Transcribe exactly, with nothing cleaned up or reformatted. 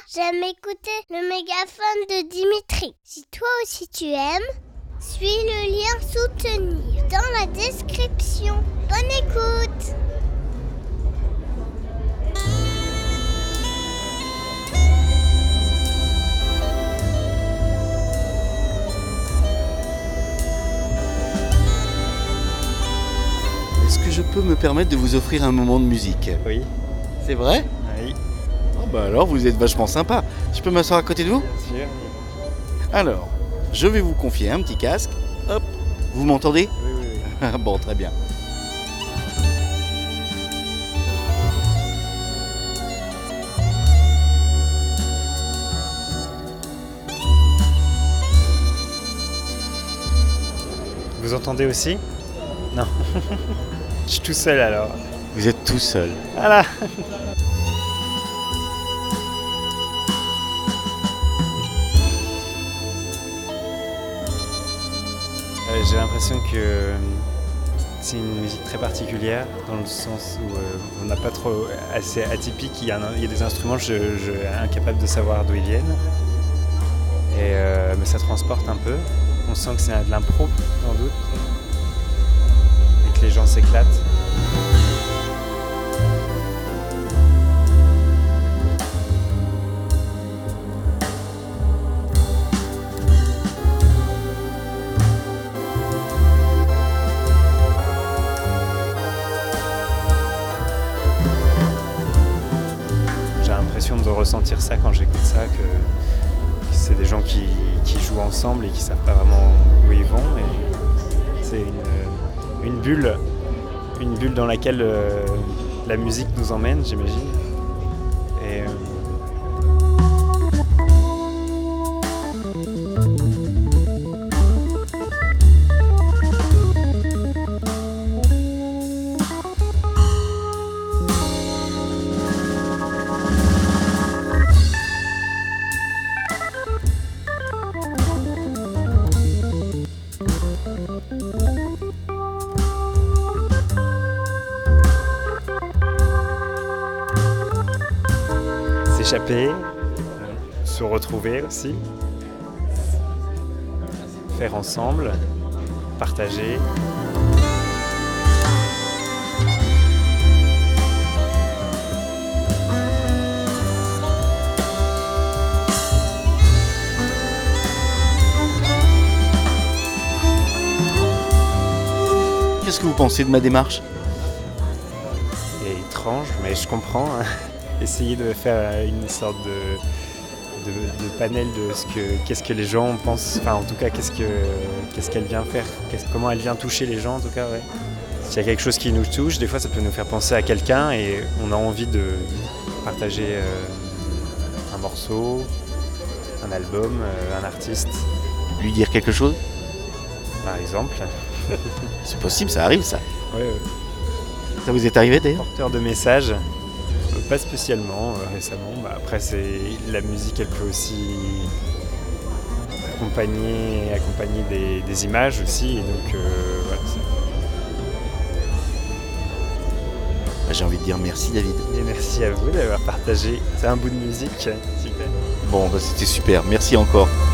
j'aime écouter le mégaphone de Dimitri. Si toi aussi tu aimes, suis le lien soutenir dans la description. Bonne écoute! Est-ce que je peux me permettre de vous offrir un moment de musique ? Oui. C'est vrai ? Oui. Oh bah alors vous êtes vachement sympa. Je peux m'asseoir à côté de vous ? Bien sûr. Alors, je vais vous confier un petit casque. Hop, vous m'entendez ? Oui, oui, oui. Bon, très bien. Vous entendez aussi ? Non. Je suis tout seul alors. Vous êtes tout seul. Voilà. Euh, j'ai l'impression que euh, c'est une musique très particulière dans le sens où euh, on n'a pas trop assez atypique. Il y a, un, il y a des instruments, je, je suis incapable de savoir d'où ils viennent. Et, euh, mais ça transporte un peu. On sent que c'est de l'impro, sans doute. Et que les gens s'éclatent. J'ai l'impression de ressentir ça quand j'écoute ça, que, que c'est des gens qui, qui jouent ensemble et qui ne savent pas vraiment où ils vont. Et c'est une, une bulle, une bulle dans laquelle euh, la musique nous emmène, j'imagine. Et, euh, s'échapper, se retrouver aussi, faire ensemble, partager. Qu'est-ce que vous pensez de ma démarche ? C'est étrange, mais je comprends. Hein. Essayer de faire une sorte de, de, de panel de ce que, qu'est-ce que les gens pensent, enfin en tout cas qu'est-ce, que, qu'est-ce qu'elle vient faire, qu'est-ce, comment elle vient toucher les gens en tout cas. Ouais. S'il y a quelque chose qui nous touche, des fois ça peut nous faire penser à quelqu'un et on a envie de partager euh, un morceau, un album, euh, un artiste. Lui dire quelque chose ? Par exemple. C'est possible, ça arrive ça. Ouais, ouais. Ça vous est arrivé d'ailleurs ? Porteur de messages, euh, pas spécialement euh, récemment. Bah, après, c'est la musique, elle peut aussi accompagner, accompagner des, des images aussi. Et donc, euh, voilà. Bah, j'ai envie de dire merci David. Et merci à vous d'avoir partagé. C'est un bout de musique. Super. Bon, bah, c'était super. Merci encore.